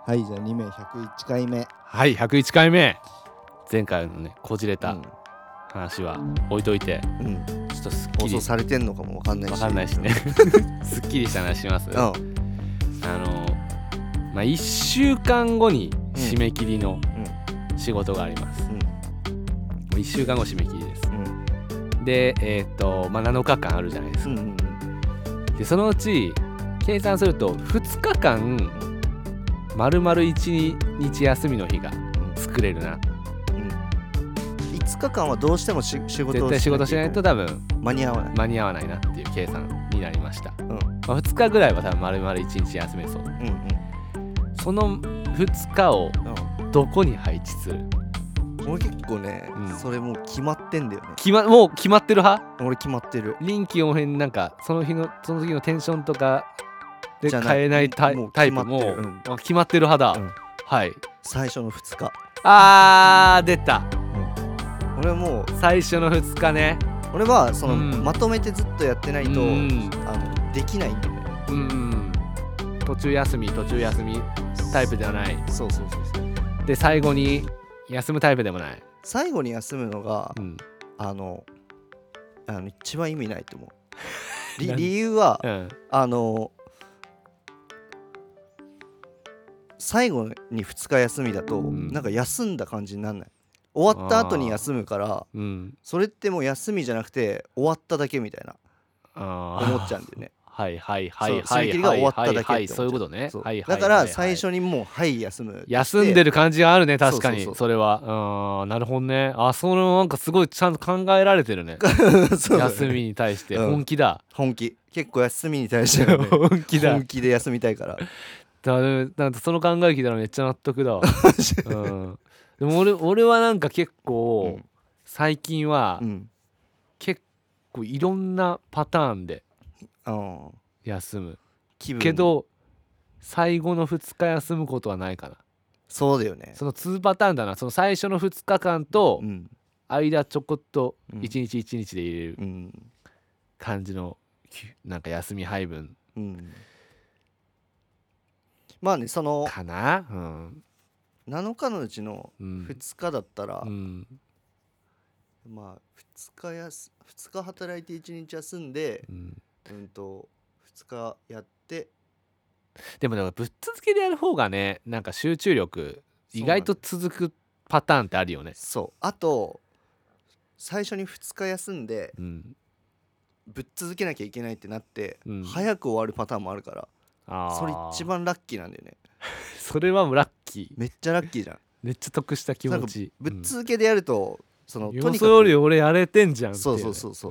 はい、じゃあ2名101回目。 はい、101回目。前回のねこじれたうん話は置いといて、 うん、 ちょっとすっきり放送されてんのかもわかんないし。 わかんないしねすっきりした話します。1週間後に締め切りの仕事があります。もう1週間後締め切りです。で、7日間あるじゃないですか。でそのうち計算すると2日間丸々1日休みの日が作れるな。 5日間はどうしても仕事を絶対仕事しないと多分間に合わないなっていう計算になりました。2日ぐらいは多分丸々1日休めそう。その2日をどこに配置する？ 俺結構ね、それもう決まってんだよね。 もう決まってる派？ 俺決まってる。 臨機応変になんかその時のテンションとかで変えないタイプも決まってる派だ。はい。 最初の2日。 出た。 俺もう最初の2日ね。 俺はその、まとめてずっとやってないと、できないんだよね。 途中休みタイプではない。 そうで最後に休むタイプでもない。 最後に休むのが、一番意味ないと思う。理由は、最後に2日休みだと、なんか休んだ感じにならない。終わった後に休むから、それってもう休みじゃなくて終わっただけみたいな思っちゃうんだよね。締め切りが終わっただけってそういうことね。 だから最初にもう休む。 休んでる感じがあるね。確かにそれは。なるほどね。そのなんかすごいちゃんと考えられてるね。休みに対して本気だ。 本気。結構休みに対して、本気で休みたいから。 だその考え聞いたらめっちゃ納得だわ。でも俺はなんか結構最近は結構いろんなパターンで休むけど最後の2日休むことはないかな。 そうだよね。 その2パターンだな。その最初の2日間と間ちょこっと1日1日で入れる感じのなんか休み配分。 まあね、そのかな。 7日のうちの2日だったら、まあ2日働いて1日休んで、2日やって。 でもぶっ続けでやる方がね、なんか集中力意外と続くパターンってあるよね。 そう。あと最初に2日休んで、ぶっ続けなきゃいけないってなって、早く終わるパターンもあるから、それ一番ラッキーなんだよね。 それはもうラッキー。 めっちゃラッキーじゃん。 めっちゃ得した気持ち。 ぶっ続けでやると、とにかくそれより俺やれてんじゃんって。 そう。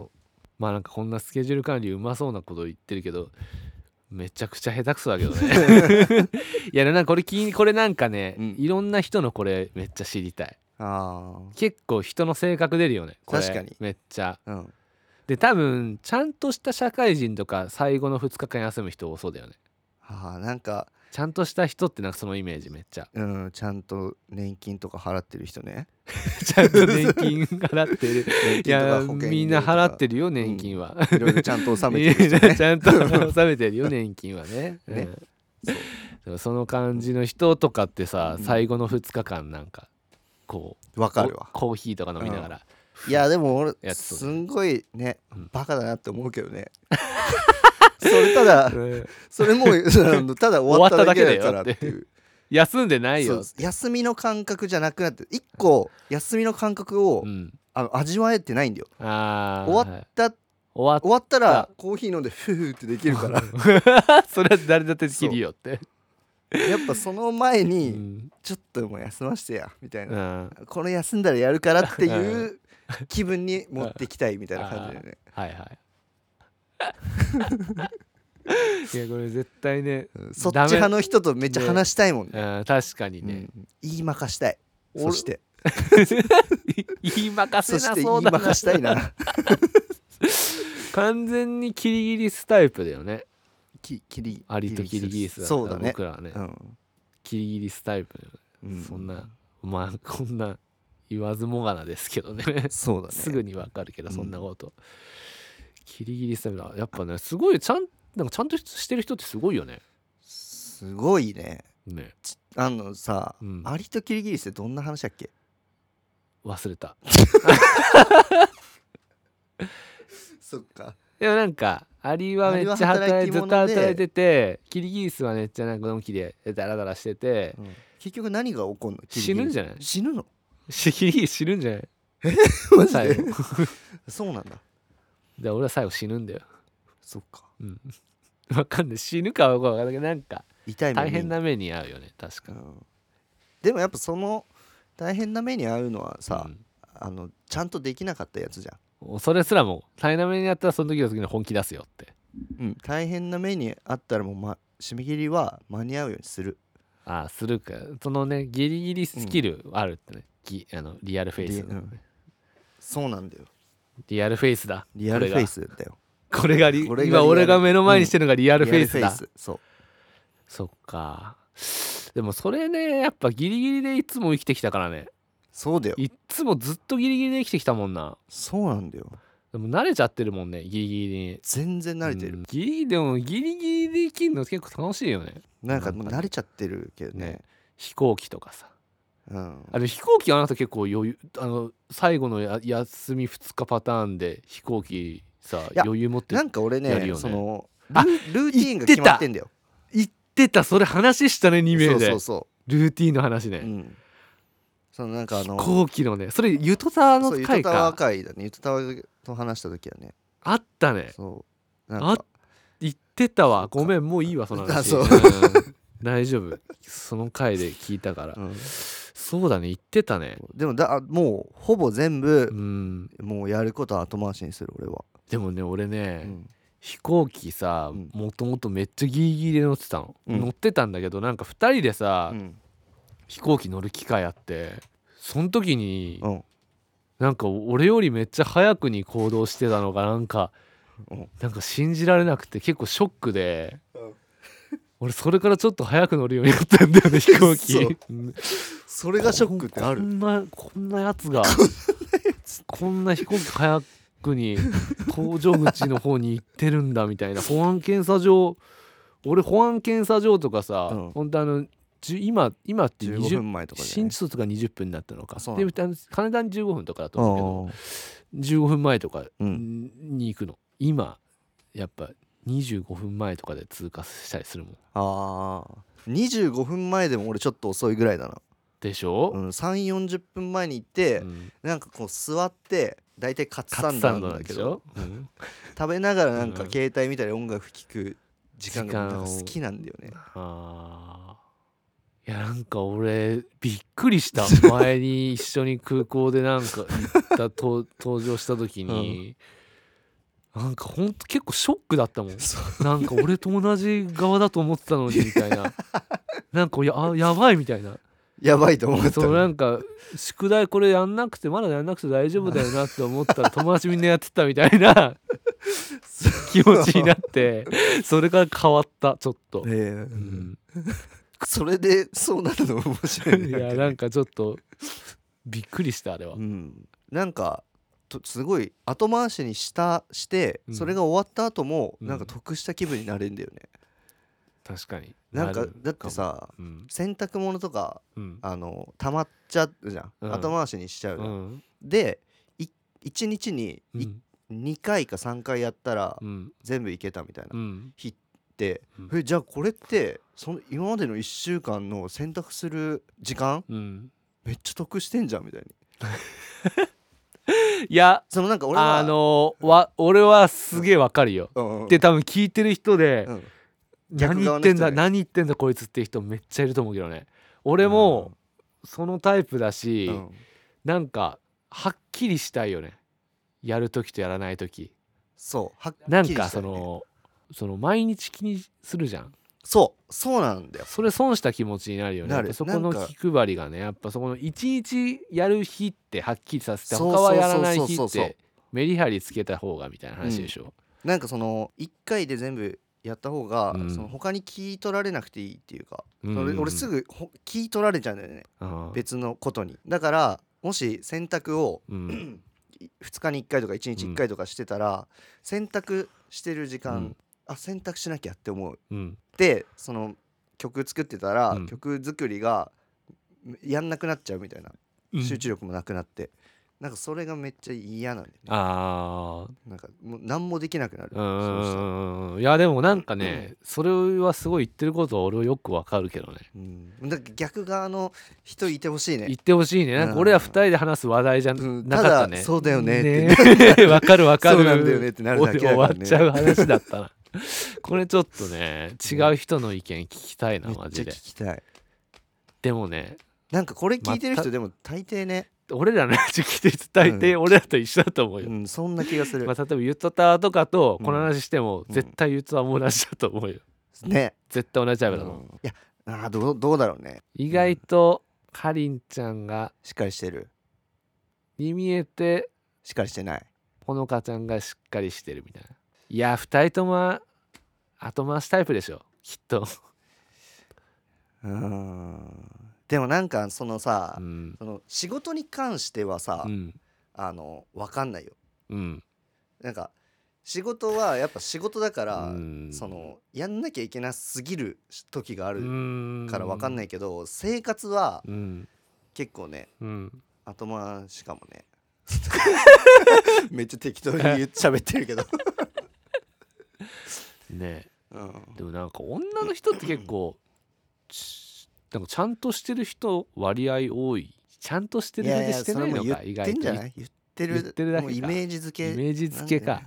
まあなんかこんなスケジュール管理うまそうなこと言ってるけど、めちゃくちゃ下手くそだけどね。いやなんかこれなんかね、いろんな人のこれめっちゃ知りたい。結構人の性格出るよね。これ確かにめっちゃ。で多分ちゃんとした社会人とか最後の2日間休む人多そうだよね。 なんかちゃんとした人ってなんかそのイメージめっちゃ。 ちゃんと年金とか払ってる人ね。 ちゃんと年金払ってる。いやみんな払ってるよ年金は。 いろいろちゃんと納めてる人ね。 ちゃんと納めてるよ年金はね。その感じの人とかってさ、最後の2日間なんかこうわかるわ。 コーヒーとか飲みながら。 いやでも俺すんごいねバカだなって思うけどね。それもうただ終わっただけだからっていう。 休んでないよ。 休みの感覚じゃなくなって、一個休みの感覚を味わえてないんだよ。終わったらコーヒー飲んでフーってできるから。 それは誰だってできるよって。 やっぱその前にちょっともう休ませてやみたいな、これ休んだらやるからっていう気分に持ってきたいみたいな感じだよね。 いやこれ絶対ね、 そっち派の人とめっちゃ話したいもんね。 確かにね。 言いまかしたい。そして言いまかせなそうだな。 言いまかしたいな。 完全にキリギリスタイプだよね。アリとキリギリスだ。 そうだね。 僕らはね、キリギリスタイプだよね。そんなこんな言わずもがなですけどね。 そうだね。 すぐにわかるけどそんなこと。キリギリスタイプだ。やっぱねすごいなんかちゃんとしてる人ってすごいよね。 すごいね。 ね。 さ、アリとキリギリスってどんな話だっけ？ 忘れた。 そっか。 でもなんかアリはめっちゃずっと働いてて、キリギリスはめっちゃなんかのんきでダラダラしてて、 結局何が起こんの？ 死ぬんじゃない？ 死ぬの？ キリギリス死ぬんじゃない？ マジで？そうなんだ。 で俺は最後死ぬんだよ。 そっか。 分かんない、死ぬかは分かんないけど、なんか痛い目に大変な目に遭うよね、確か。 でもやっぱその大変な目に遭うのはさ、ちゃんとできなかったやつじゃん。それすらも大変な目に遭ったらその時の時に本気出すよって。 大変な目に遭ったらもう、締め切りは間に合うようにする。 するか。そのね、ギリギリスキルあるってね、リアルフェイス、 そうなんだよ。 リアルフェイスだ。 リアルフェイスだよ。 これが今俺が目の前にしてるのがリアルフェイスだ。そっか。でもそれね、やっぱギリギリでいつも生きてきたからね。 そうだよ。 いつもずっとギリギリで生きてきたもんな。 そうなんだよ。 でも慣れちゃってるもんね、ギリギリに。 全然慣れてる。 でもギリギリで生きるの結構楽しいよね。 なんかもう慣れちゃってるけどね。 飛行機とかさ。飛行機はあなた結構余裕、最後の休み2日パターンで飛行機さ余裕持ってなんか俺ね、そのルーティーンが決まってんだよ。 言ってた、それ話したね、2名で。ルーティーンの話ね。 そのなんか飛行機のね、それゆとたわの回か。 ゆとたわ会だね。ゆとたわと話した時はね。 あったね。言ってたわ。ごめん、もういいわその話。大丈夫。その回で聞いたから。そうだね、言ってたね。 でももうほぼ全部もうやることは後回しにする俺は。 でもね、俺ね、飛行機さ、もともとめっちゃギリギリで乗ってたの。乗ってたんだけど、なんか2人でさ、飛行機乗る機会あって、その時になんか俺よりめっちゃ早くに行動してたのがなんか信じられなくて、結構ショックで、俺それからちょっと早く乗るようになったんだよね、飛行機。 それがショックってある？ こんなやつがこんな飛行機早くに搭乗口の方に行ってるんだみたいな。保安検査場、俺保安検査場とかさ、本当今って 15分前とか新卒が20分になったのか。で羽田に15分とかだと思うけど、15分前とかに行くの。今やっぱ25分前とかで通過したりするもん。 25分前でも俺ちょっと遅いぐらいだな。 でしょ ？3、40分前に行って、なんかこう座って大体カツサンドなんだけど、食べながらなんか携帯見たり音楽聴く時間が好きなんだよね。 いや、なんか俺びっくりした。前に一緒に空港でなんか行った登場した時に、なんかほんと結構ショックだったもん。なんか俺と同じ側だと思ってたのにみたいな。なんかやばいみたいな。 やばいと思った。 なんか宿題これまだやんなくて大丈夫だよなって思ったら友達みんなやってたみたいな気持ちになって、それから変わったちょっと。 それでそうなるの面白いね。 いや、なんかちょっとびっくりした、あれは。 なんかすごい後回しにしてそれが終わった後もなんか得した気分になれるんだよね。 確かに。 なんかだってさ、洗濯物とか溜まっちゃうじゃん、後回しにしちゃうじゃん。で1日に2回か3回やったら全部いけたみたいな日って、じゃあこれって今までの1週間の洗濯する時間めっちゃ得してんじゃんみたいに。 いや、 そのなんか俺はすげえわかるよ。で多分聞いてる人で、何言ってんだこいつっていう人めっちゃいると思うけどね。俺もそのタイプだし、なんかはっきりしたいよね、やる時とやらない時。なんかその毎日気にするじゃん。そうなんだよ。それ損した気持ちになるよね。そこの気配りがね、やっぱそこの1日やる日ってはっきりさせて、他はやらない日ってメリハリつけた方がみたいな話でしょ。 なんかその1回で全部やった方が、その他に気取られなくていいっていうか、俺すぐ気取られちゃうんだよね、別のことに。だからもし洗濯を2日に1回とか1日1回とかしてたら、洗濯してる時間、洗濯しなきゃって思う。でその曲作ってたら、 うん曲作りがやんなくなっちゃうみたいな、 うん集中力もなくなって、なんかそれがめっちゃ嫌なんだよね。 あなんかもう何もできなくなる。 あ、 そうしたらいやでもなんかね、それはすごい言ってることは俺はよくわかるけどね。 だから逆側の人いてほしいね。 言ってほしいね。なんか俺ら二人で話す話題じゃなかったね。 ただそうだよねってね。わかるわかる。 そうなんだよねってなるだけだからね。 終わっちゃう話だったな。これちょっとね、違う人の意見聞きたいな、マジで。 めっちゃ聞きたい。 でもね、 なんかこれ聞いてる人でも大抵ね、 俺らの話聞いてる人大抵俺らと一緒だと思うよ。 そんな気がする。 まあ例えばゆとたとかとこの話しても絶対ゆとたも同じだと思うよ。 ね。 絶対同じタイプだと思う。 いや、どうだろうね。 意外とかりんちゃんがしっかりしてる。 に見えてしっかりしてない。 ほのかちゃんがしっかりしてるみたいな。いや2人とも後回しタイプでしょきっと。 でもなんかそのさ、 うんその仕事に関してはさ、 うん分かんないよ。 うんなんか仕事はやっぱ仕事だから、 うんそのやんなきゃいけなすぎる時があるうんから分かんないけど、生活はうん結構ね、 うん後回しかもね。めっちゃ適当に喋ってるけどねうん、 でもなんか女の人って結構なんかちゃんとしてる人割合多い。ちゃんとしてるだけしてないのか意外と。 言ってるだけか。 もうイメージ付け。 イメージ付けか。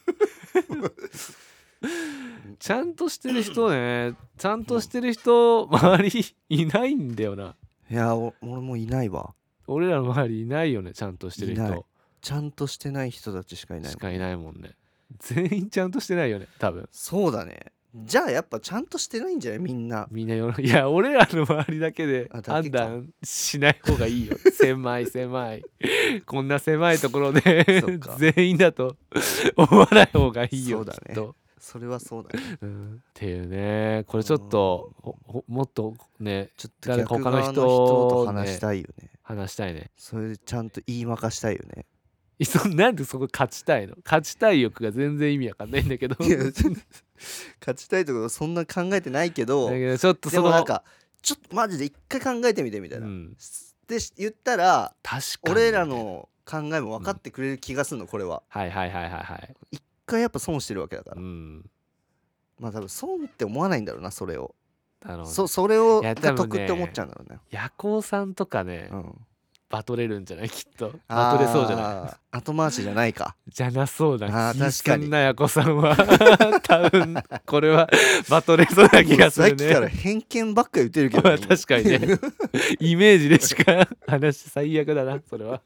ちゃんとしてる人ね、ちゃんとしてる人周りいないんだよな。 いや俺もいないわ。 俺らの周りいないよね、ちゃんとしてる人。 ちゃんとしてない人たちしかいないもんね。 しかいないもんね。全員ちゃんとしてないよね多分。 そうだね。じゃあやっぱちゃんとしてないんじゃないみんな。 いや俺らの周りだけで判だけか断しない方がいいよ。狭いこんな狭いところでそっか全員だと思わない方がいいよ。 そうだねきっと。 それはそうだね。 っていうね。これちょっともっとね、 ちょっと逆側の人と話したいよね。 話したいね。 それでちゃんと言いまかしたいよね。 なんでそこ勝ちたいの？勝ちたい欲が全然意味わかんないんだけど。 いや勝ちたいとかそんな考えてないけど、 だけどちょっとでもなんかちょっとマジで一回考えてみてみたいな、で言ったら確かにね、 俺らの考えも分かってくれる気がするのこれは。 はいはいはいはいはい。 一回やっぱ損してるわけだから、まあ多分損って思わないんだろうなそれを。それをが得って思っちゃうんだろうね。 夜行さんとかね、バトれるんじゃないきっと。バトれそうじゃない？ 後回しじゃないか。 じゃなそうだ。 確かに。 なやこさんは多分これはバトれそうな気がするね。 さっきから偏見ばっか言ってるけど、 ね、確かにね。イメージでしか話最悪だなそれは。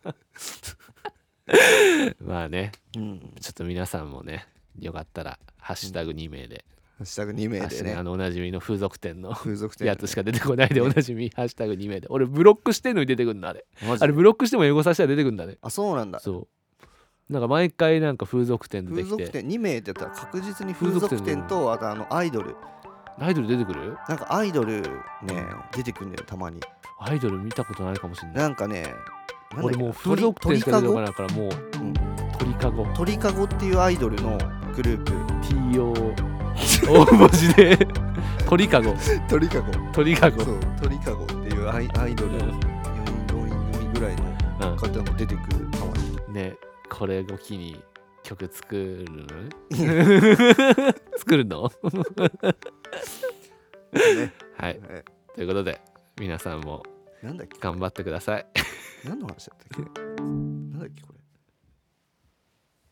まあね、ちょっと皆さんもねよかったらハッシュタグ2名で。 ハッシュタグ2名でね、 おなじみの風俗店のやつしか出てこないでおなじみハッシュタグ2名で。俺ブロックしてんのに出てくるんだあれブロックしても英語させたら出てくるんだね。 あ、そうなんだ。 そうなんか毎回なんか風俗店出てきて、 風俗店2名って言ったら確実に風俗店とあとアイドル出てくる。 なんかアイドルね出てくるんだよたまに。 アイドル見たことないかもしれない。 なんかね、 俺もう風俗店しか出てこないからもう鳥かごっていうアイドルのグループ TO 大文字で鳥かごそう鳥かごっていうアイドル4人組ぐらいの方も出てくるたまにね。これを機に曲作る作るのはい、ということで皆さんも頑張ってください。 何の話だったっけ